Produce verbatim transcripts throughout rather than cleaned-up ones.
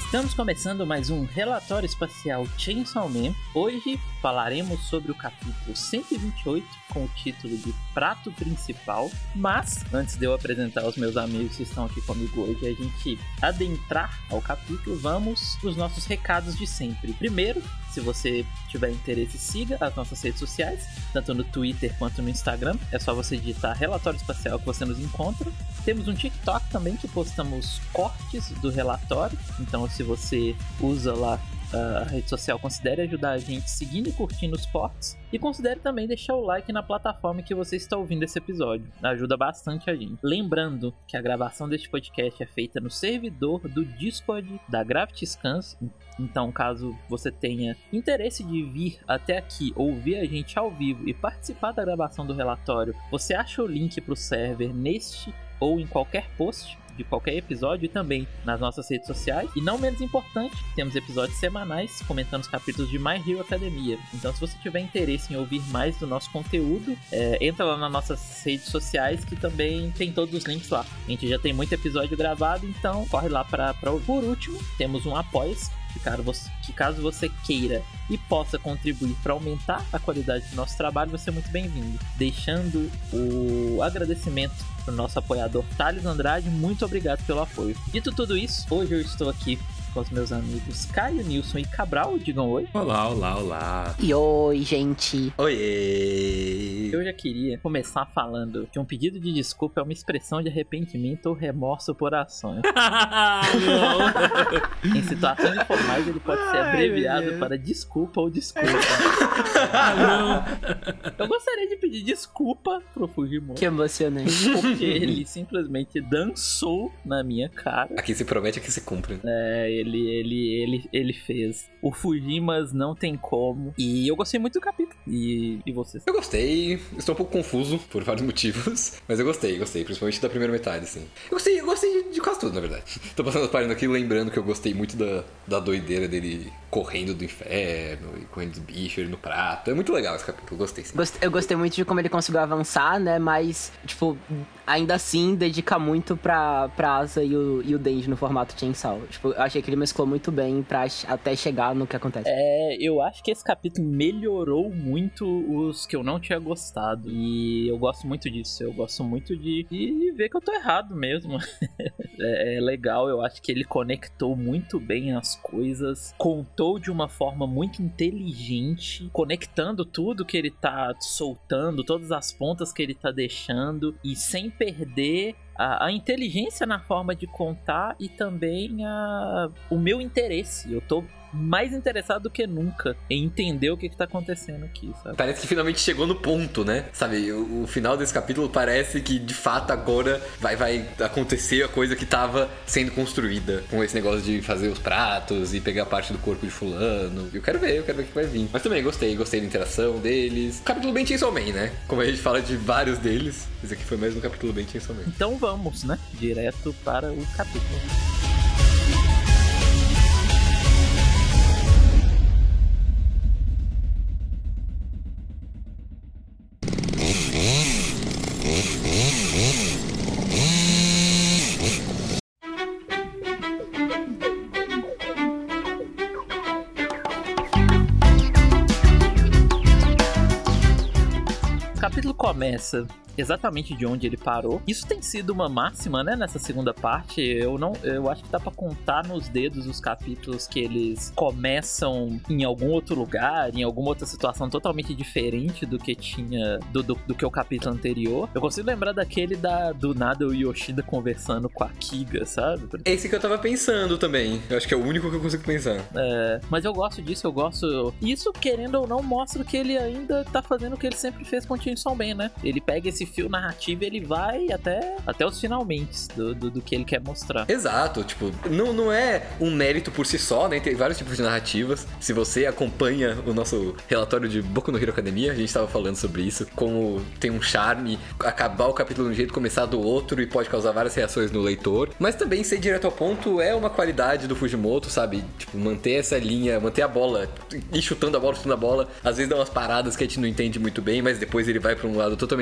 Estamos começando mais um Relatório Espacial Chainsaw Man. Hoje falaremos sobre o capítulo cento e vinte e oito com o título de Prato Principal. Mas, antes de eu apresentar os meus amigos que estão aqui comigo hoje e a gente adentrar ao capítulo, vamos para os nossos recados de sempre. Primeiro, se você tiver interesse, siga as nossas redes sociais, tanto no Twitter quanto no Instagram. É só você digitar Relatório Espacial que você nos encontra. Temos um TikTok também que postamos cortes do relatório. Então, se você usa lá a rede social, considere ajudar a gente seguindo e curtindo os cortes. E considere também deixar o like na plataforma que você está ouvindo esse episódio. Ajuda bastante a gente. Lembrando que a gravação deste podcast é feita no servidor do Discord da Gravity Scans. Então, caso você tenha interesse de vir até aqui, ouvir a gente ao vivo e participar da gravação do relatório, você acha o link para o server neste ou em qualquer post de qualquer episódio e também nas nossas redes sociais. E não menos importante, temos episódios semanais comentando os capítulos de My Hero Academia. Então, se você tiver interesse em ouvir mais do nosso conteúdo, é, entra lá nas nossas redes sociais que também tem todos os links lá. A gente já tem muito episódio gravado, então corre lá para ouvir. Por último, temos um Apoia-se, que caso, você, que caso você queira e possa contribuir para aumentar a qualidade do nosso trabalho, vai ser muito bem-vindo. Deixando o agradecimento para o nosso apoiador Thales Andrade, muito obrigado pelo apoio. Dito tudo isso, hoje eu estou aqui com os meus amigos Caio, Nilson e Cabral. Digam oi. Olá, olá, olá. E oi, gente. Oiê. Eu já queria começar falando que um pedido de desculpa é uma expressão de arrependimento ou remorso por ações. Em situações informais, ele pode ser abreviado Ai, para desculpa ou desculpa. Ah, não. Eu gostaria de pedir desculpa pro Fujimoto. Que emocionante. Porque ele simplesmente dançou na minha cara. Aqui se promete, aqui se cumpre. É, ele, ele, ele, ele fez o Fujimas Não Tem Como. E eu gostei muito do capítulo. E, e vocês? Eu gostei. Estou um pouco confuso por vários motivos. Mas eu gostei, gostei. Principalmente da primeira metade, assim. Eu gostei, eu gostei de, de quase tudo, na verdade. Tô passando as páginas aqui lembrando que eu gostei muito da, da doideira dele correndo do inferno e correndo dos bichos, ele no prato. É muito legal esse capítulo, eu gostei, sim. Eu gostei muito de como ele conseguiu avançar, né? Mas, tipo, ainda assim, dedica muito pra, pra Asa e o, e o Denji no formato Chainsaw. Tipo, eu achei que ele mesclou muito bem pra até chegar no que acontece. É, eu acho que esse capítulo melhorou muito os que eu não tinha gostado. E eu gosto muito disso. Eu gosto muito de, de ver que eu tô errado mesmo. é, é legal, eu acho que ele conectou muito bem as coisas. Contou de uma forma muito inteligente, conectando tudo que ele tá soltando, todas as pontas que ele tá deixando, e sem perder a, a inteligência na forma de contar e também a, o meu interesse. Eu tô mais interessado do que nunca em entender o que que tá acontecendo aqui, sabe? Parece que finalmente chegou no ponto, né? Sabe, o, o final desse capítulo parece que de fato agora vai, vai acontecer a coisa que tava sendo construída, com esse negócio de fazer os pratos e pegar parte do corpo de fulano. Eu quero ver, eu quero ver o que vai vir. Mas também gostei, gostei da interação deles. Capítulo bem Chainsaw Man, né? Como a gente fala de vários deles, esse aqui foi mais um capítulo bem Chainsaw Man. Então vamos, né? Direto para o capítulo. O capítulo começa exatamente de onde ele parou. Isso tem sido uma máxima, né, nessa segunda parte. Eu não, eu acho que dá pra contar nos dedos os capítulos que eles começam em algum outro lugar, em alguma outra situação totalmente diferente do que tinha, do, do, do que o capítulo anterior. Eu consigo lembrar daquele da, do nada o Yoshida conversando com a Kiga, sabe? Esse que eu tava pensando também. Eu acho que é o único que eu consigo pensar. É, mas eu gosto disso, eu gosto... Isso, querendo ou não, mostra que ele ainda tá fazendo o que ele sempre fez com o Chainsaw Man, né? Ele pega esse fio narrativo e ele vai até, até os finalmente do, do, do que ele quer mostrar. Exato, tipo, não, não é um mérito por si só, né? Tem vários tipos de narrativas. Se você acompanha o nosso relatório de Boku no Hero Academia, a gente tava falando sobre isso, como tem um charme acabar o capítulo de um jeito, começar do outro, e pode causar várias reações no leitor. Mas também ser direto ao ponto é uma qualidade do Fujimoto, sabe? Tipo, manter essa linha, manter a bola, ir chutando a bola, chutando a bola. Às vezes dá umas paradas que a gente não entende muito bem, mas depois ele vai pra um lado totalmente inesperado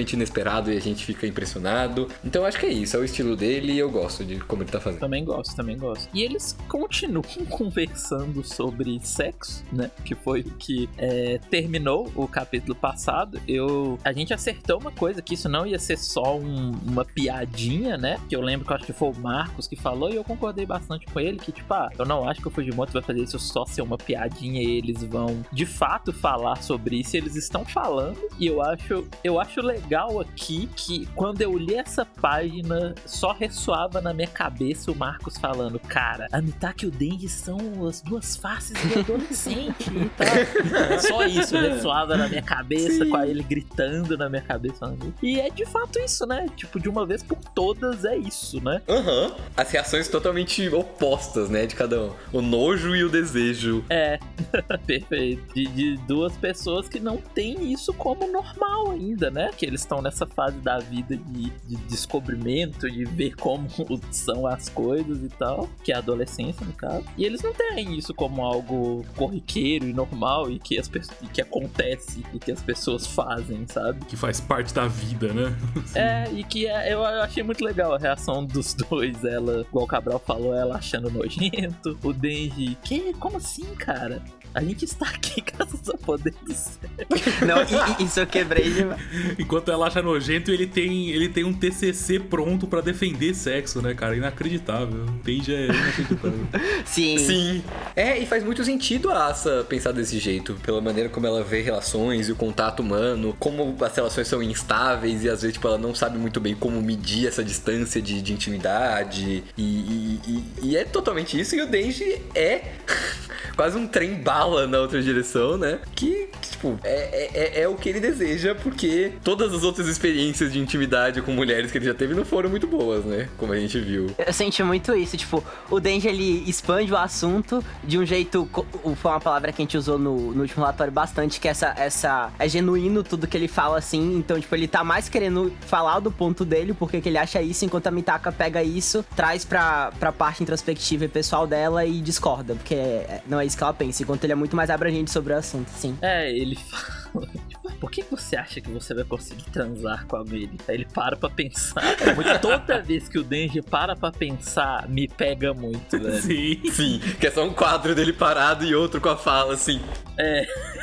mostrado e a gente fica impressionado. Então acho que é isso, é o estilo dele e eu gosto de como ele tá fazendo. Também gosto, também gosto. E eles continuam conversando sobre sexo, né? Que foi o que é, terminou o capítulo passado. Eu, a gente acertou uma coisa, que isso não ia ser só um, uma piadinha, né? Que eu lembro que eu acho que foi o Marcos que falou e eu concordei bastante com ele, que tipo, ah, eu não acho que o Fujimoto vai fazer isso só ser uma piadinha e eles vão de fato falar sobre isso. Eles estão falando e eu acho, eu acho legal aqui que quando eu li essa página só ressoava na minha cabeça o Marcos falando, cara, a Mitaki e o Denji são as duas faces do adolescente e tal. Só isso ressoava na minha cabeça, Sim. com ele gritando na minha cabeça. E é de fato isso, né? Tipo, de uma vez por todas é isso, né? Aham. Uhum. As reações totalmente opostas, né? De cada um. O nojo e o desejo. É. Perfeito. De, de duas pessoas que não têm isso como normal ainda, né? Que eles estão nessa fase da vida de, de descobrimento, de ver como são as coisas e tal. Que é a adolescência, no caso. E eles não têm isso como algo corriqueiro e normal e que, as pe- e que acontece e que as pessoas fazem, sabe? Que faz parte da vida, né? É, e que é, eu achei muito legal a reação dos dois. Ela, igual o Cabral falou, ela achando nojento. O Denji, que? Como assim, cara? A gente está aqui graças ao poder do céu. Não, e, e, isso eu quebrei demais. Enquanto ela acha nojento, ele tem, ele tem um T C C pronto pra defender sexo, né, cara? Inacreditável. O Denji é inacreditável. Sim. Sim. É, e faz muito sentido a Asa pensar desse jeito. Pela maneira como ela vê relações e o contato humano. Como as relações são instáveis e às vezes, tipo, ela não sabe muito bem como medir essa distância de, de intimidade. E, e, e, e é totalmente isso. E o Denji é quase um trem bala na outra direção, né? Que, tipo, é, é, é o que ele deseja, porque todas as outras experiências de intimidade com mulheres que ele já teve não foram muito boas, né? Como a gente viu. Eu senti muito isso, tipo, o Denji, ele expande o assunto de um jeito, foi uma palavra que a gente usou no, no último relatório bastante, que essa, essa é genuíno tudo que ele fala, assim, então, tipo, ele tá mais querendo falar do ponto dele, porque que ele acha isso, enquanto a Mitaka pega isso, traz pra, pra parte introspectiva e pessoal dela e discorda, porque não é isso que ela pensa, enquanto ele é muito mais abrangente sobre o assunto, sim. É, ele fala, tipo, por que você acha que você vai conseguir transar com a Mary? Aí ele para pra pensar. É muito, toda vez que o Denji para pra pensar, me pega muito, velho. Sim. Sim, que é só um quadro dele parado e outro com a fala, assim. É.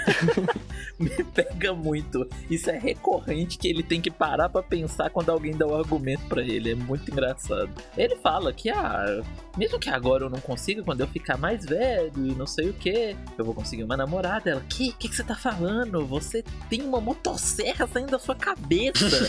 Me pega muito. Isso é recorrente, que ele tem que parar pra pensar quando alguém dá um argumento pra ele. É muito engraçado. Ele fala que, ah, mesmo que agora eu não consiga, quando eu ficar mais velho e não sei o que, eu vou conseguir uma namorada. Ela, que? O que, que você tá falando? Você tem uma motosserra saindo da sua cabeça.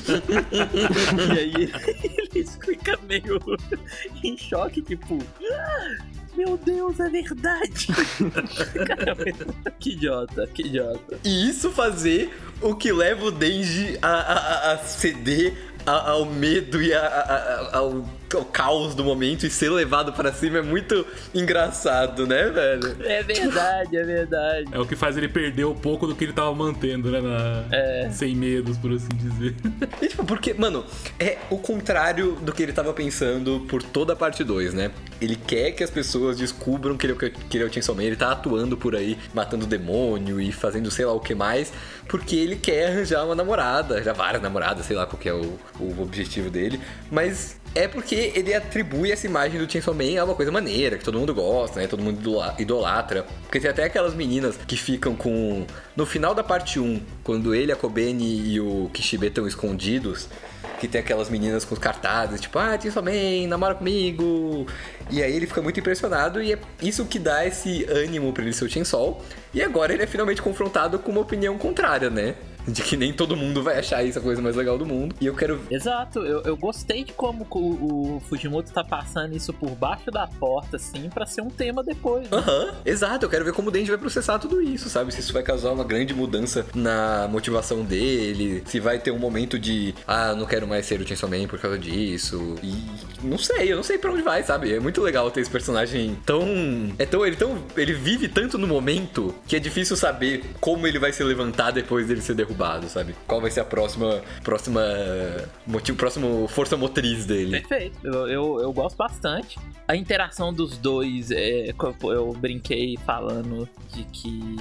E aí ele fica meio em choque, tipo... Ah, meu Deus, é verdade. Caramba, que idiota, que idiota. E isso fazer o que leva o Denji a, a, a ceder a, ao medo e a, a, ao, ao caos do momento e ser levado pra cima é muito engraçado, né, velho? É verdade, é verdade. É o que faz ele perder um pouco do que ele tava mantendo, né? Na... É. Sem medos, por assim dizer. E, tipo, porque, mano, é o contrário do que ele tava pensando por toda a parte dois, né? Ele quer que as pessoas descubram que ele, que ele é o Chainsaw Man, ele tá atuando por aí, matando demônio e fazendo sei lá o que mais, porque ele quer arranjar uma namorada, já várias namoradas, sei lá qual que é o, o objetivo dele, mas é porque ele atribui essa imagem do Chainsaw Man a uma coisa maneira, que todo mundo gosta, né? Todo mundo idolatra. Porque tem até aquelas meninas que ficam com... No final da parte um, quando ele, a Kobeni e o Kishibe estão escondidos, que tem aquelas meninas com os cartazes, tipo, ah, Chainsaw Man, namora comigo. E aí ele fica muito impressionado e é isso que dá esse ânimo pra ele ser o Chainsaw. E agora ele é finalmente confrontado com uma opinião contrária, né? De que nem todo mundo vai achar isso a coisa mais legal do mundo. E eu quero... Exato, eu, eu gostei de como o, o Fujimoto tá passando isso por baixo da porta, assim, pra ser um tema depois, né? Aham, uhum, exato, eu quero ver como o Denji vai processar tudo isso, sabe? Se isso vai causar uma grande mudança na motivação dele, se vai ter um momento de, ah, não quero mais ser o Chainsaw Man por causa disso. E não sei, eu não sei pra onde vai, sabe? É muito legal ter esse personagem tão... É tão... Ele, tão, ele vive tanto no momento que é difícil saber como ele vai se levantar depois dele ser derrubado. Sabe? Qual vai ser a próxima próxima motivo, próximo força motriz dele. Perfeito, eu, eu, eu gosto bastante. A interação dos dois, é, eu brinquei falando de que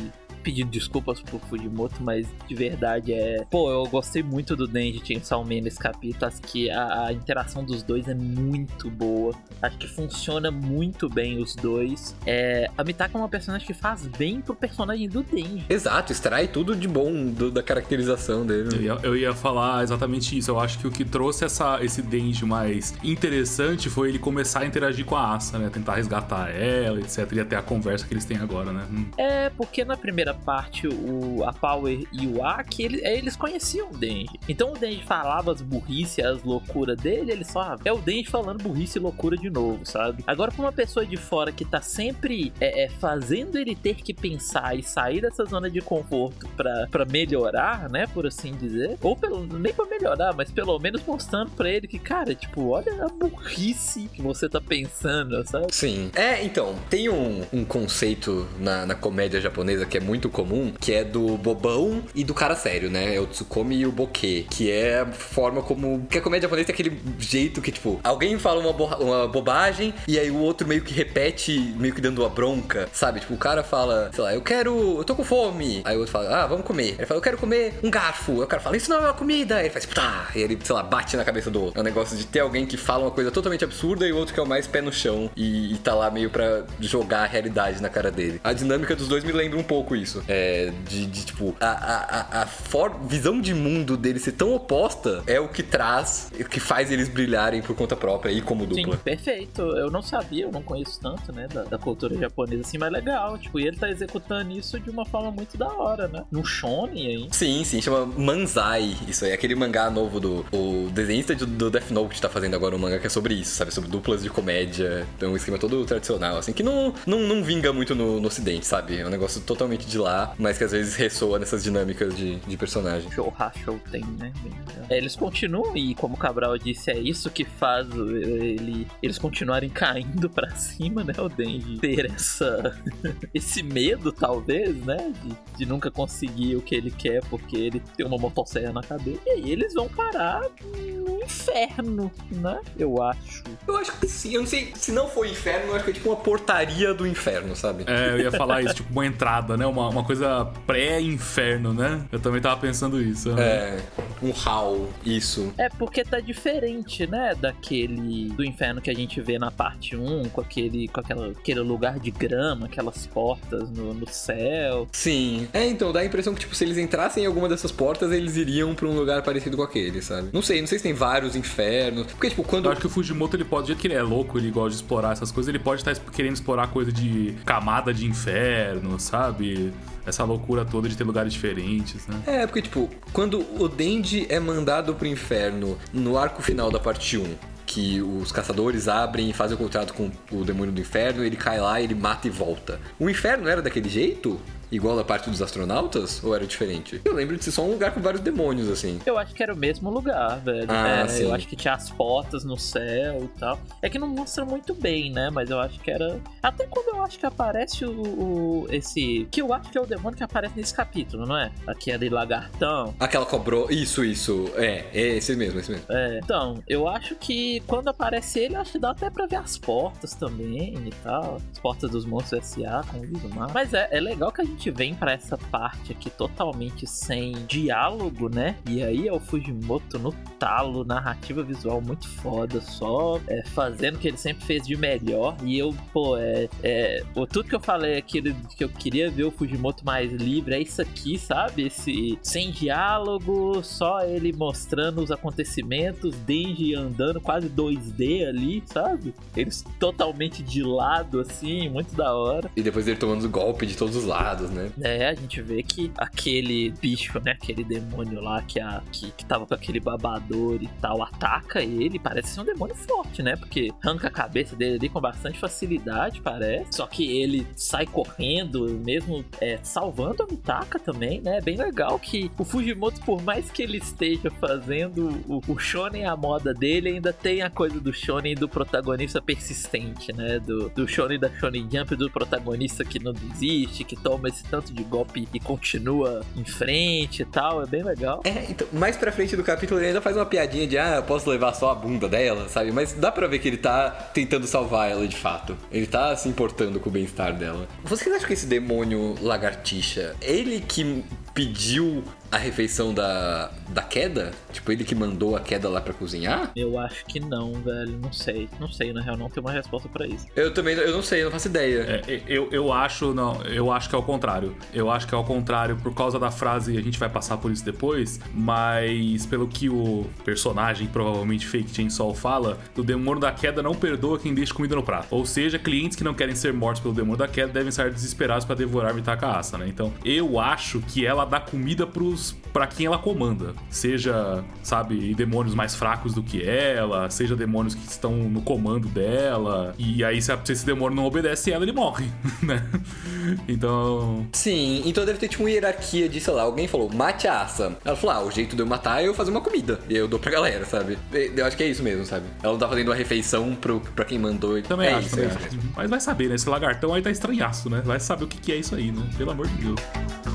pedindo desculpas pro Fujimoto, mas de verdade é... Pô, eu gostei muito do Denji e Chainsaw Man nesse capítulo. Acho que a, a interação dos dois é muito boa. Acho que funciona muito bem os dois. É, a Mitaka é uma personagem que faz bem pro personagem do Denji. Exato, extrai tudo de bom do, da caracterização dele. Eu ia, eu ia falar exatamente isso. Eu acho que o que trouxe essa, esse Denji mais interessante foi ele começar a interagir com a Asa, né? Tentar resgatar ela, etcétera. E até a conversa que eles têm agora, né? Hum. É, porque na primeira parte, o, a Power e o Aki, eles, eles conheciam o Denji. Então o Denji falava as burrice, as loucuras dele, ele só... Ah, é o Denji falando burrice e loucura de novo, sabe? Agora, pra uma pessoa de fora que tá sempre é, é, fazendo ele ter que pensar e sair dessa zona de conforto pra, pra melhorar, né? Por assim dizer. Ou pelo, nem pra melhorar, mas pelo menos mostrando pra ele que, cara, tipo, olha a burrice que você tá pensando, sabe? Sim. É, então, tem um, um conceito na, na comédia japonesa que é muito comum, que é do bobão e do cara sério, né? É o Tsukomi e o Bokeh, que é a forma como... Que a comédia japonesa tem aquele jeito que, tipo, alguém fala uma, bo... uma bobagem e aí o outro meio que repete, meio que dando uma bronca, sabe? Tipo, o cara fala, sei lá, eu quero... Eu tô com fome. Aí o outro fala, ah, vamos comer. Ele fala, eu quero comer um garfo. Aí o cara fala, isso não é uma comida. Aí ele faz, tá. E ele, sei lá, bate na cabeça do outro. É um negócio de ter alguém que fala uma coisa totalmente absurda e o outro que é o mais pé no chão e, e tá lá meio pra jogar a realidade na cara dele. A dinâmica dos dois me lembra um pouco isso. É, de, de tipo, a, a, a for... visão de mundo deles ser tão oposta é o que traz, o que faz eles brilharem por conta própria e como dupla. Sim, perfeito. Eu não sabia, eu não conheço tanto, né, da, da cultura japonesa assim, mas legal. Tipo, e ele tá executando isso de uma forma muito da hora, né? Num shonen aí. Sim, sim, chama Manzai. Isso aí, aquele mangá novo do... O desenhista do, do Death Note tá fazendo agora um mangá que é sobre isso, sabe? Sobre duplas de comédia. É um esquema todo tradicional, assim, que não, não, não vinga muito no, no ocidente, sabe? É um negócio totalmente de lá, mas que às vezes ressoa nessas dinâmicas de, de personagem. Show Show tem, né? É, eles continuam, e como o Cabral disse, é isso que faz ele, eles continuarem caindo pra cima, né? O Denji ter essa, esse medo, talvez, né? De, de nunca conseguir o que ele quer porque ele tem uma motosserra na cabeça. E aí eles vão parar no inferno, né? Eu acho. Eu acho que sim. Eu não sei, se não for inferno, eu acho que é tipo uma portaria do inferno, sabe? É, eu ia falar isso, tipo uma entrada, né? Uma, uma coisa pré-inferno, né? Eu também tava pensando isso. Né? É, um hall, isso. É, porque tá diferente, né? Daquele... do inferno que a gente vê na parte um, com aquele, com aquela, aquele lugar de grama, aquelas portas no, no céu. Sim. É, então, dá a impressão que, tipo, se eles entrassem em alguma dessas portas, eles iriam pra um lugar parecido com aquele, sabe? Não sei, não sei se tem vários infernos. Porque, tipo, quando... Eu acho que o Fujimoto, ele pode, do jeito que ele é louco, ele gosta de explorar essas coisas, ele pode estar querendo explorar coisa de camada de inferno, sabe? Essa loucura toda de ter lugares diferentes, né? É, porque, tipo, quando o Denji é mandado pro inferno no arco final da parte um, que os caçadores abrem e fazem o contrato com o demônio do inferno, ele cai lá, ele mata e volta. O inferno era daquele jeito? Igual a parte dos astronautas? Ou era diferente? Eu lembro de ser só um lugar com vários demônios, assim. Eu acho que era o mesmo lugar, velho. Ah, é, sim. Eu acho que tinha as portas no céu e tal. É que não mostra muito bem, né? Mas eu acho que era... Até quando eu acho que aparece o... o esse... Que eu acho que é o demônio que aparece nesse capítulo, não é? Aquele lagartão. Aquela cobrou... Isso, isso. É, é esse mesmo, esse mesmo. É. Então, eu acho que quando aparece ele, acho que dá até pra ver as portas também e tal. As portas dos monstros S A com o Vizumar. Mas é, é legal que a gente vem pra essa parte aqui totalmente sem diálogo, né? E aí é o Fujimoto no talo, narrativa visual muito foda, só é, fazendo o que ele sempre fez de melhor. E eu, pô, é, é o, tudo que eu falei aqui que eu queria ver o Fujimoto mais livre é isso aqui, sabe? Esse sem diálogo, só ele mostrando os acontecimentos, Denji andando quase dois D ali, sabe? Eles totalmente de lado, assim, muito da hora. E depois ele tomando golpe de todos os lados, né? É, a gente vê que aquele bicho, né, aquele demônio lá que, a, que, que tava com aquele babador e tal, ataca ele, parece ser um demônio forte, né, porque arranca a cabeça dele ali com bastante facilidade, parece, só que ele sai correndo, mesmo é, salvando a Mitaka também, né, bem legal que o Fujimoto, por mais que ele esteja fazendo o, o shonen à moda dele, ainda tem a coisa do shonen do protagonista persistente, né, do, do shonen da Shonen Jump, do protagonista que não desiste, que toma esse tanto de golpe e continua em frente e tal, é bem legal. É, então, mais pra frente do capítulo ele ainda faz uma piadinha de, ah, eu posso levar só a bunda dela, sabe? Mas dá pra ver que ele tá tentando salvar ela de fato. Ele tá se importando com o bem-estar dela. Vocês acham que esse demônio lagartixa, ele que pediu a refeição da, da queda? Tipo, ele que mandou a queda lá pra cozinhar? Eu acho que não, velho. Não sei. Não sei, na real, não tem uma resposta pra isso. Eu também, eu não sei, eu não faço ideia. É, eu, eu acho, não, eu acho que é o contrário. Eu acho que é o contrário por causa da frase, a gente vai passar por isso depois, mas pelo que o personagem, provavelmente Fake Chainsaw, fala, o demônio da queda não perdoa quem deixa comida no prato. Ou seja, clientes que não querem ser mortos pelo demônio da queda devem estar desesperados pra devorar Mitaka-asa, né? Então, eu acho que ela dá comida pros, pra quem ela comanda. Seja, sabe, demônios mais fracos do que ela, seja demônios que estão no comando dela. E aí, se esse demônio não obedece ela, ele morre, né? Então... Sim, então deve ter tipo uma hierarquia de, sei lá, alguém falou, mate a Asa. Ela falou, ah, o jeito de eu matar é eu fazer uma comida. E eu dou pra galera, sabe? Eu acho que é isso mesmo, sabe? Ela não tá fazendo uma refeição pro, pra quem mandou. Também é acho, isso, também é acho. isso. Mas vai saber, né? Esse lagartão aí tá estranhaço, né? Vai saber o que, que é isso aí, né? Pelo amor de Deus.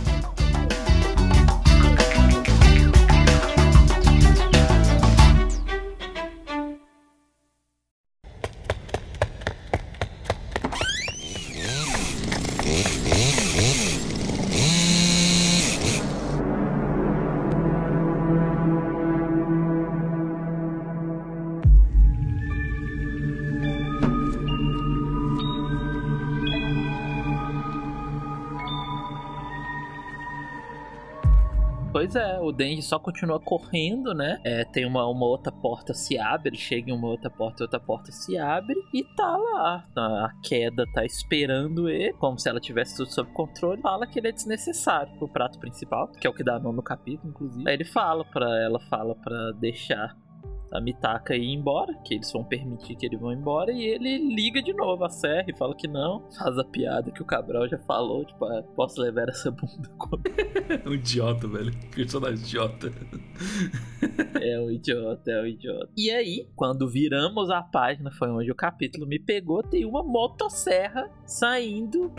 Pois é, o Denji só continua correndo, né? É, tem uma, uma outra porta se abre, ele chega em uma outra porta e outra porta se abre e tá lá. A queda tá esperando ele, como se ela tivesse tudo sob controle. Fala que ele é desnecessário pro prato principal, que é o que dá nome no capítulo, inclusive. Aí ele fala pra ela, fala pra deixar a Mitaka ir embora, que eles vão permitir que eles vão embora, e ele liga de novo a serra e fala que não, faz a piada que o Cabral já falou, tipo, ah, posso levar essa bunda comigo. Um idiota, velho, personagem idiota. É um idiota, é um idiota. E aí, quando viramos a página, foi onde o capítulo me pegou, tem uma motosserra saindo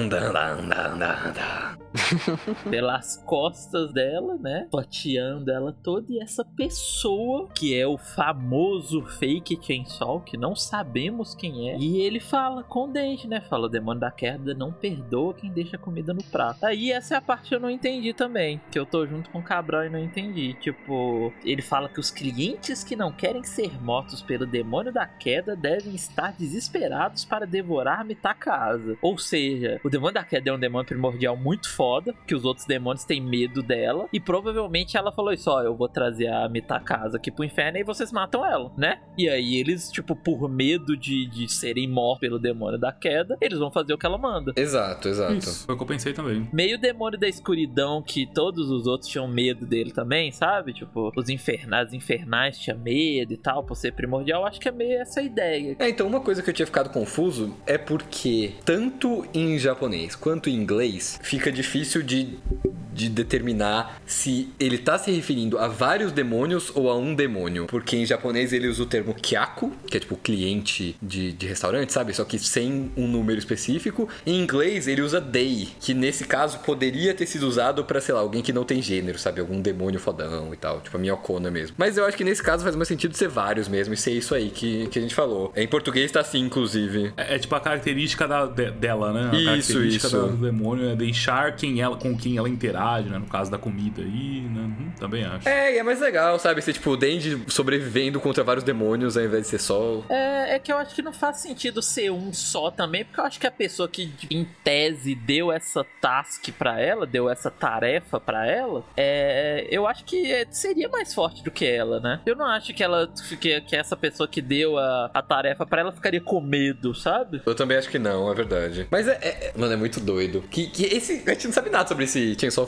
pelas costas dela, né, fatiando ela toda, e essa pessoa, que é o famoso Fake Chainsaw, que não sabemos quem é, e ele fala com o Denji, né? Fala, o demônio da queda não perdoa quem deixa comida no prato. Aí essa é a parte que eu não entendi também, que eu tô junto com o Cabral e não entendi. Tipo, ele fala que os clientes que não querem ser mortos pelo demônio da queda devem estar desesperados para devorar Mitaka-asa. Ou seja, o demônio da queda é um demônio primordial muito foda, que os outros demônios têm medo dela, e provavelmente ela falou isso, ó, eu vou trazer a Mitaka-asa aqui pro inferno e vocês matam ela, né? E aí eles, tipo, por medo de, de serem mortos pelo demônio da queda, eles vão fazer o que ela manda. Exato, exato. Isso, foi o que eu pensei também. Meio demônio da escuridão, que todos os outros tinham medo dele também, sabe? Tipo, os infernais, infernais tinham medo e tal, por ser primordial. Acho que é meio essa ideia. É, então uma coisa que eu tinha ficado confuso é porque tanto em japonês quanto em inglês fica difícil de, de determinar se ele tá se referindo a vários demônios ou a um demônio. Porque em japonês ele usa o termo kyaku, que é tipo cliente de, de restaurante, sabe? Só que sem um número específico. Em inglês ele usa dei, que nesse caso poderia ter sido usado pra, sei lá, alguém que não tem gênero, sabe? Algum demônio fodão e tal, tipo a minhocona mesmo. Mas eu acho que nesse caso faz mais sentido ser vários mesmo e ser isso aí que, que a gente falou. Em português tá assim, inclusive. É, é tipo a característica da, de, dela, né? A isso, característica isso. Da, do demônio é deixar quem ela, com quem ela interage, né? No caso da comida aí, né? Hum, também acho. É, e é mais legal, sabe? Ser tipo o Denji sobrevivendo contra vários demônios ao invés de ser só... É, é que eu acho que não faz sentido ser um só também, porque eu acho que a pessoa que, em tese, deu essa task pra ela, deu essa tarefa pra ela, é, eu acho que seria mais forte do que ela, né? Eu não acho que ela, que, que essa pessoa que deu a, a tarefa pra ela ficaria com medo, sabe? Eu também acho que não, é verdade. Mas é, é mano, é muito doido. Que, que esse, a gente não sabe nada sobre esse Chainsaw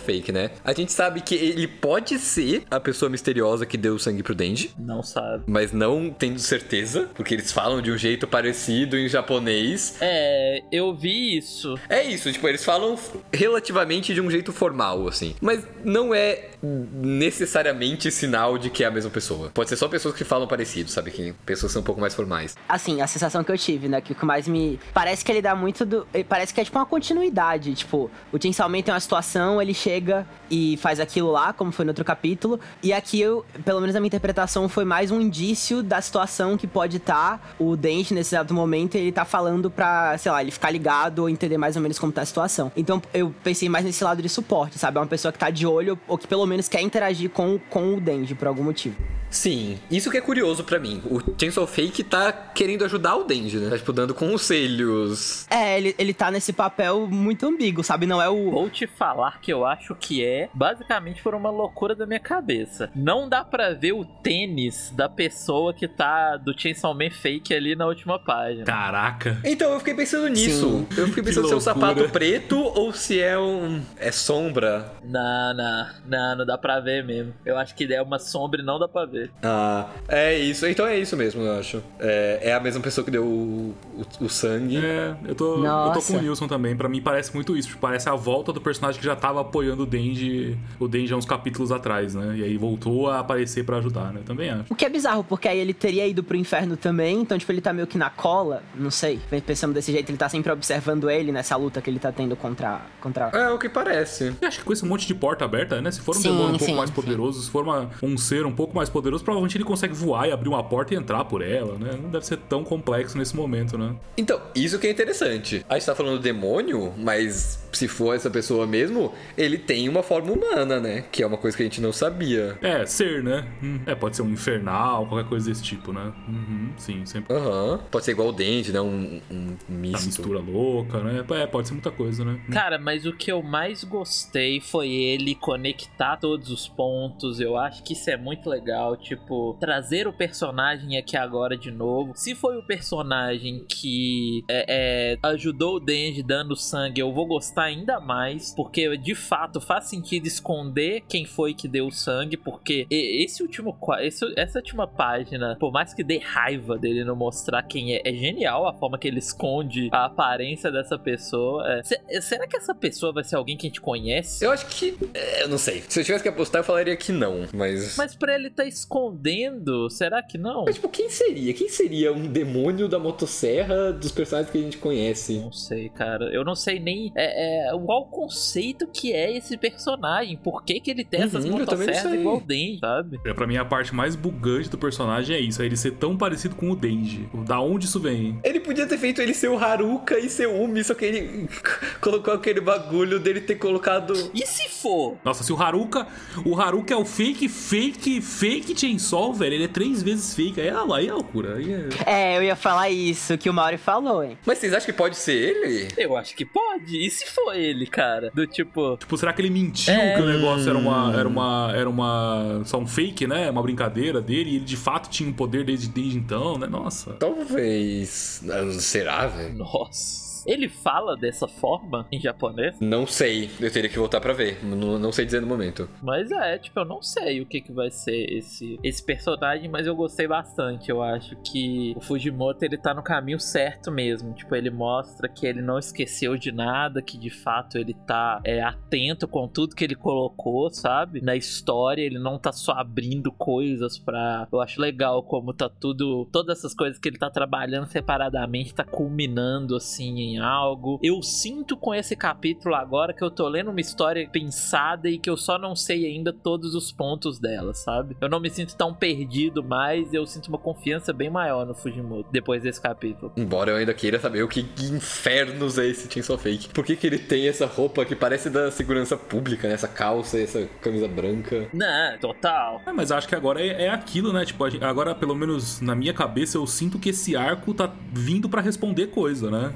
Fake, né? A gente sabe que ele pode ser a pessoa misteriosa que deu o sangue pro Denji. Não sabe. Mas não tendo certeza, porque eles falam de um jeito parecido em japonês. É, eu vi isso. É isso, tipo, eles falam relativamente de um jeito formal, assim. Mas não é necessariamente sinal de que é a mesma pessoa. Pode ser só pessoas que falam parecido, sabe? Que pessoas são um pouco mais formais. Assim, a sensação que eu tive, né? Que o que mais me... Parece que ele dá muito do... Parece que é tipo uma continuidade. Tipo, o Chainsaw Man tem uma situação, ele chega e faz aquilo lá, como foi no outro capítulo. E aqui, eu, pelo menos a minha interpretação, foi mais um indício da situação que pode estar o Denji nesse exato momento. Ele tá falando pra, sei lá, ele ficar ligado ou entender mais ou menos como tá a situação. Então, eu pensei mais nesse lado de suporte, sabe? É uma pessoa que tá de olho ou que pelo menos quer interagir com, com o Denji por algum motivo. Sim, isso que é curioso pra mim. O Chainsaw Fake tá querendo ajudar o Denji, né? Tá, tipo, dando conselhos. É, ele, ele tá nesse papel muito ambíguo, sabe? Não é o... Vou te falar que eu acho que é basicamente por uma loucura da minha cabeça. Não dá pra ver o tênis da pessoa que tá do Chainsaw Man Fake ali na última página. Caraca. Então, eu fiquei pensando nisso. Sim. Eu fiquei pensando se é um sapato preto ou se é um... é sombra. Não, não, não, não dá pra ver mesmo. Eu acho que é uma sombra e não dá pra ver. Ah, é isso. Então é isso mesmo, eu acho. É, é a mesma pessoa que deu o, o, o sangue. É, eu tô, eu tô com o Nilson também. Pra mim parece muito isso. Parece a volta do personagem que já tava apoiando o Denji, o Denji há uns capítulos atrás, né? E aí voltou a aparecer pra ajudar, né? Também acho. O que é bizarro, porque aí ele teria ido pro inferno também, então, tipo, ele tá meio que na cola, não sei. Pensando desse jeito, ele tá sempre observando ele nessa luta que ele tá tendo contra... contra... É o que parece. Eu acho que com esse monte de porta aberta, né? Se for um sim, demônio um sim, pouco mais sim. poderoso, se for uma, um ser um pouco mais poderoso, provavelmente ele consegue voar e abrir uma porta e entrar por ela, né? Não deve ser tão complexo nesse momento, né? Então, isso que é interessante. A gente tá falando do demônio, mas se for essa pessoa mesmo, ele tem uma forma humana, né? Que é uma coisa que a gente não sabia. É, ser, né? Hum, é, pode ser um infernal, qualquer coisa desse tipo, né? Uhum, sim, sempre. Aham. Uhum. Pode ser igual o Denji, né? Um, um misto. Uma mistura louca, né? É, pode ser muita coisa, né? Cara, mas o que eu mais gostei foi ele conectar todos os pontos. Eu acho que isso é muito legal. Tipo, trazer o personagem aqui agora de novo. Se foi o personagem que é, é, ajudou o Denji dando sangue, eu vou gostar ainda mais, porque de fato faz sentido esconder quem foi que deu o sangue, porque esse último, esse, essa última página, por mais que dê raiva dele não mostrar quem é, é genial a forma que ele esconde a aparência dessa pessoa. É. C- será que essa pessoa vai ser alguém que a gente conhece? Eu acho que... É, eu não sei. Se eu tivesse que apostar, eu falaria que não, mas... Mas pra ele tá escondendo, será que não? Mas, tipo, quem seria? Quem seria um demônio da motosserra dos personagens que a gente conhece? Não sei, cara. Eu não sei nem é, é, qual o conceito que é esse personagem. Por que que ele tem essas Uhum, eu também não motosserras sei. igual o Denji, sabe? É, pra mim, a parte mais bugante do personagem é isso. É ele ser tão parecido com o Denji. Da onde isso vem? Ele podia ter feito ele ser o Haruka e ser o Umi, só que ele colocou aquele bagulho dele ter colocado... E se for? Nossa, se o Haruka... O Haruka é o fake, fake, fake Chainsaw, velho. Ele é três vezes fake. Aí é, aí é loucura. Aí é... É, eu ia falar isso que o Mauri falou, hein? Mas vocês acham que pode ser ele? Eu acho que pode. E se for ele, cara? Do tipo... Tipo, será que ele mentiu É. que o negócio era uma, era uma... Era uma... Só um fake, né? Uma brincadeira dele. E ele de fato tinha um poder desde, desde então, né? Nossa. Talvez... Será, velho? Nossa. Ele fala dessa forma em japonês? Não sei. Eu teria que voltar pra ver. Não, não sei dizer no momento. Mas é, tipo, eu não sei o que que vai ser esse, esse personagem, mas eu gostei bastante. Eu acho que o Fujimoto, ele tá no caminho certo mesmo. Tipo, ele mostra que ele não esqueceu de nada, que de fato ele tá é, atento com tudo que ele colocou, sabe? Na história, ele não tá só abrindo coisas pra... Eu acho legal como tá tudo... Todas essas coisas que ele tá trabalhando separadamente tá culminando, assim, em algo. Eu sinto com esse capítulo agora que eu tô lendo uma história pensada e que eu só não sei ainda todos os pontos dela, sabe? Eu não me sinto tão perdido mais, eu sinto uma confiança bem maior no Fujimoto depois desse capítulo. Embora eu ainda queira saber o que infernos é esse Chainsaw Fake. Por que que ele tem essa roupa que parece da segurança pública, né? Essa calça, essa camisa branca. Não, total. É, mas acho que agora é, é aquilo, né? Tipo, a gente- agora, pelo menos na minha cabeça, eu sinto que esse arco tá vindo pra responder coisa, né? E não pra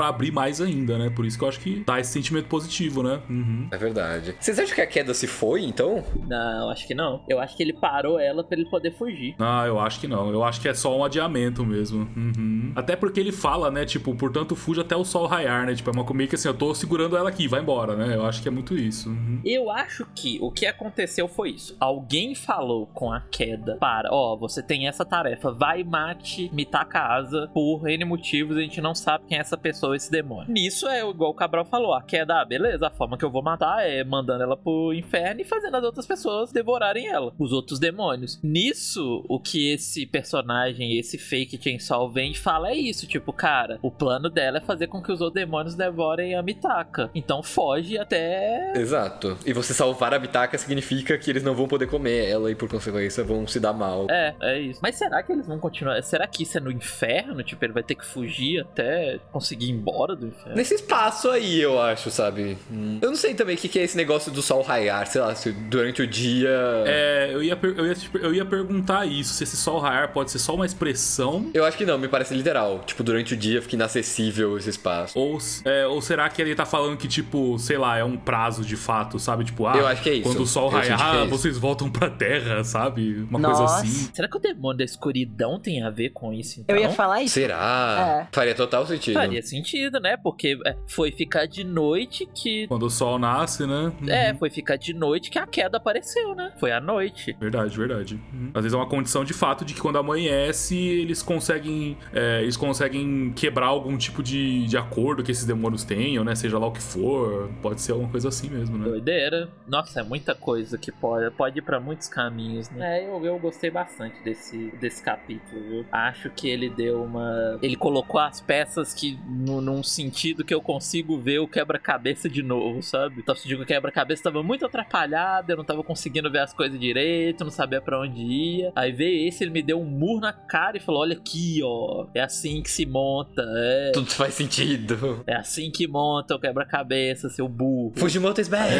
pra abrir mais ainda, né? Por isso que eu acho que dá esse sentimento positivo, né? Uhum. É verdade. Vocês acham que a queda se foi, então? Não, acho que não. Eu acho que ele parou ela pra ele poder fugir. Ah, eu acho que não. Eu acho que é só um adiamento mesmo. Uhum. Até porque ele fala, né? Tipo, portanto, fuja até o sol raiar, né? Tipo, é uma coisa que assim, eu tô segurando ela aqui, vai embora, né? Eu acho que é muito isso. Uhum. Eu acho que o que aconteceu foi isso. Alguém falou com a queda para, ó, oh, você tem essa tarefa, vai e mate Mitaka Asa por N motivos, a gente não sabe quem é essa pessoa, esse demônio. Nisso é igual o Cabral falou, a queda, ah, beleza, a forma que eu vou matar é mandando ela pro inferno e fazendo as outras pessoas devorarem ela, os outros demônios. Nisso, o que esse personagem, esse fake Chainsaw vem e fala é isso, tipo, cara, o plano dela é fazer com que os outros demônios devorem a Mitaka. Então foge até... Exato. E você salvar a Mitaka significa que eles não vão poder comer ela e por consequência vão se dar mal. É, é isso. Mas será que eles vão continuar? Será que isso é no inferno? Tipo, ele vai ter que fugir até conseguir ir embora do inferno? Nesse espaço aí, eu acho, sabe? Hum. Eu não sei também o que é esse negócio do sol raiar, sei lá, se durante o dia... É, eu ia, eu ia, eu ia perguntar isso, se esse sol raiar pode ser só uma expressão... Eu acho que não, me parece literal. Tipo, durante o dia fica inacessível esse espaço. Ou, é, ou será que ele tá falando que, tipo, sei lá, é um prazo de fato, sabe? Tipo, ah, eu acho que é isso. Quando o sol eu raiar, é vocês voltam pra terra, sabe? Uma Nossa. coisa assim. Será que o demônio da escuridão tem a ver com isso, então? Eu ia falar isso. Será? É. Faria total sentido. Faria sentido, né? Porque foi ficar de noite que... Quando o sol nasce, né? Uhum. É, foi ficar de noite que a queda apareceu, né? Foi à noite. Verdade, verdade. Uhum. Às vezes é uma condição de fato de que quando amanhece, eles conseguem é, eles conseguem quebrar algum tipo de, de acordo que esses demônios tenham, né? Seja lá o que for. Pode ser alguma coisa assim mesmo, né? Doideira. Nossa, é muita coisa que pode, pode ir pra muitos caminhos, né? É, eu, eu gostei bastante desse, desse capítulo, viu? Acho que ele deu uma... Ele colocou as peças que no, num sentido que eu consigo ver o quebra-cabeça de novo, sabe? Então, se digo que o quebra-cabeça tava muito atrapalhado, eu não tava conseguindo ver as coisas direito, não sabia pra onde ia. Aí veio esse, ele me deu um murro na cara e falou, olha aqui, ó, é assim que se monta, é... Tudo faz sentido. É assim que monta o quebra-cabeça, seu burro. Fujimoto is back!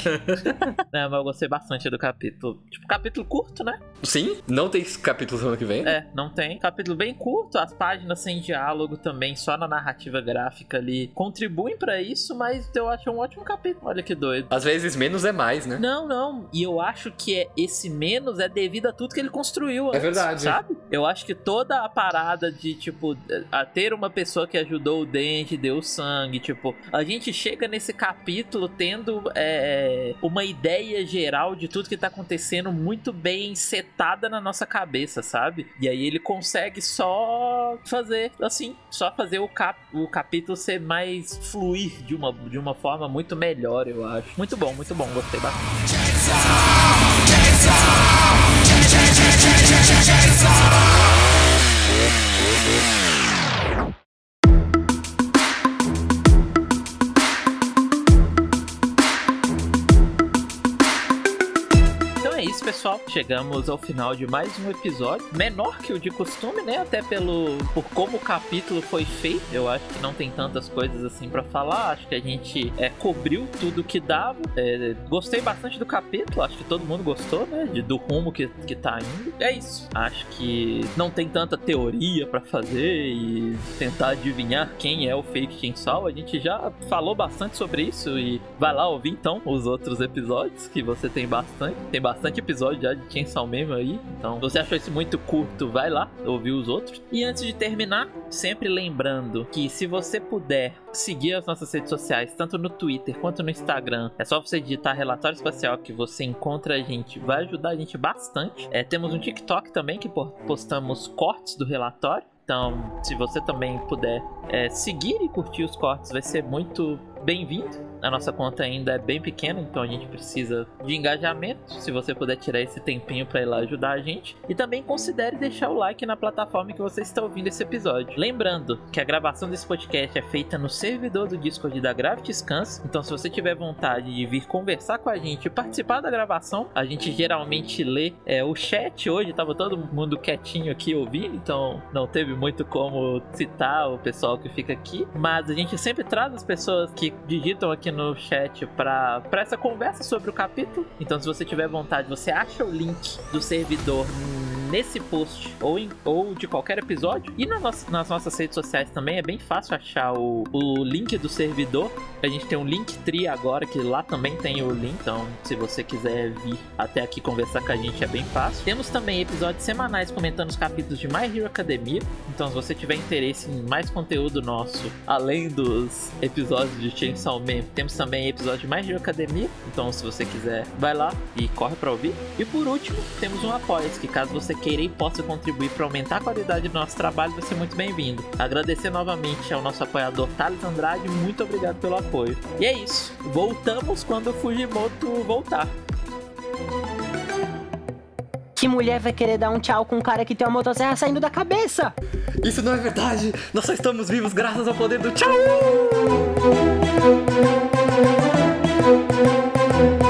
É, mas eu gostei bastante do capítulo. Tipo, capítulo curto, né? Sim, não tem capítulo semana que vem? É, não tem. Capítulo bem curto, as páginas sem diálogo também, só na narrativa gráfica ali, contribuem pra isso, mas eu acho um ótimo capítulo. Olha que doido. Às vezes menos é mais, né? Não, não. E eu acho que é, esse menos é devido a tudo que ele construiu antes, é verdade. Sabe? Eu acho que toda a parada de, tipo, a ter uma pessoa que ajudou o Denji, deu sangue, tipo, a gente chega nesse capítulo tendo é, uma ideia geral de tudo que tá acontecendo muito bem setada na nossa cabeça, sabe? E aí ele consegue só fazer, assim, só fazer o, cap, o capítulo ser mais fluir de uma, de uma forma muito melhor, eu acho. Muito bom, muito bom, gostei bastante. Pessoal, chegamos ao final de mais um episódio, menor que o de costume, né, até pelo por como o capítulo foi feito. Eu acho que não tem tantas coisas assim pra falar, acho que a gente é, cobriu tudo que dava. É, gostei bastante do capítulo, acho que todo mundo gostou, né, de, do rumo que, que tá indo. É isso, acho que não tem tanta teoria pra fazer e tentar adivinhar quem é o fake Chainsaw. A gente já falou bastante sobre isso e vai lá ouvir então os outros episódios, que você tem bastante, tem bastante episódio já de Chainsaw mesmo aí. Então, se você achou isso muito curto, vai lá ouvir os outros. E antes de terminar, sempre lembrando que se você puder seguir as nossas redes sociais, tanto no Twitter quanto no Instagram, é só você digitar Relatório Espacial que você encontra a gente, vai ajudar a gente bastante. É, temos um TikTok também que postamos cortes do relatório. Então, se você também puder é, seguir e curtir os cortes, vai ser muito bem-vindo. A nossa conta ainda é bem pequena, então a gente precisa de engajamento. Se você puder tirar esse tempinho para ir lá ajudar a gente. E também considere deixar o like na plataforma que você está ouvindo esse episódio. Lembrando que a gravação desse podcast é feita no servidor do Discord da Gravity Scans. Então, se você tiver vontade de vir conversar com a gente e participar da gravação, a gente geralmente lê é, o chat. Hoje estava todo mundo quietinho aqui ouvindo, então não teve muito como citar o pessoal que fica aqui. Mas a gente sempre traz as pessoas que digitam aqui no chat pra, pra essa conversa sobre o capítulo. Então, se você tiver vontade, você acha o link do servidor nesse post ou, em, ou de qualquer episódio. E na nossa, nas nossas redes sociais também é bem fácil achar o, o link do servidor. A gente tem um Linktree agora, que lá também tem o link. Então, se você quiser vir até aqui conversar com a gente, é bem fácil. Temos também episódios semanais comentando os capítulos de My Hero Academia. Então, se você tiver interesse em mais conteúdo nosso, além dos episódios de Chainsaw Man, temos também episódios de My Hero Academia. Então, se você quiser, vai lá e corre pra ouvir. E por último, temos um Apoia-se, que caso você queira e possa contribuir para aumentar a qualidade do nosso trabalho, vai ser muito bem-vindo. Agradecer novamente ao nosso apoiador Thales Andrade, muito obrigado pelo apoio. E é isso, voltamos quando o Fujimoto voltar. Que mulher vai querer dar um tchau com um cara que tem uma motosserra saindo da cabeça? Isso não é verdade! Nós só estamos vivos graças ao poder do tchau!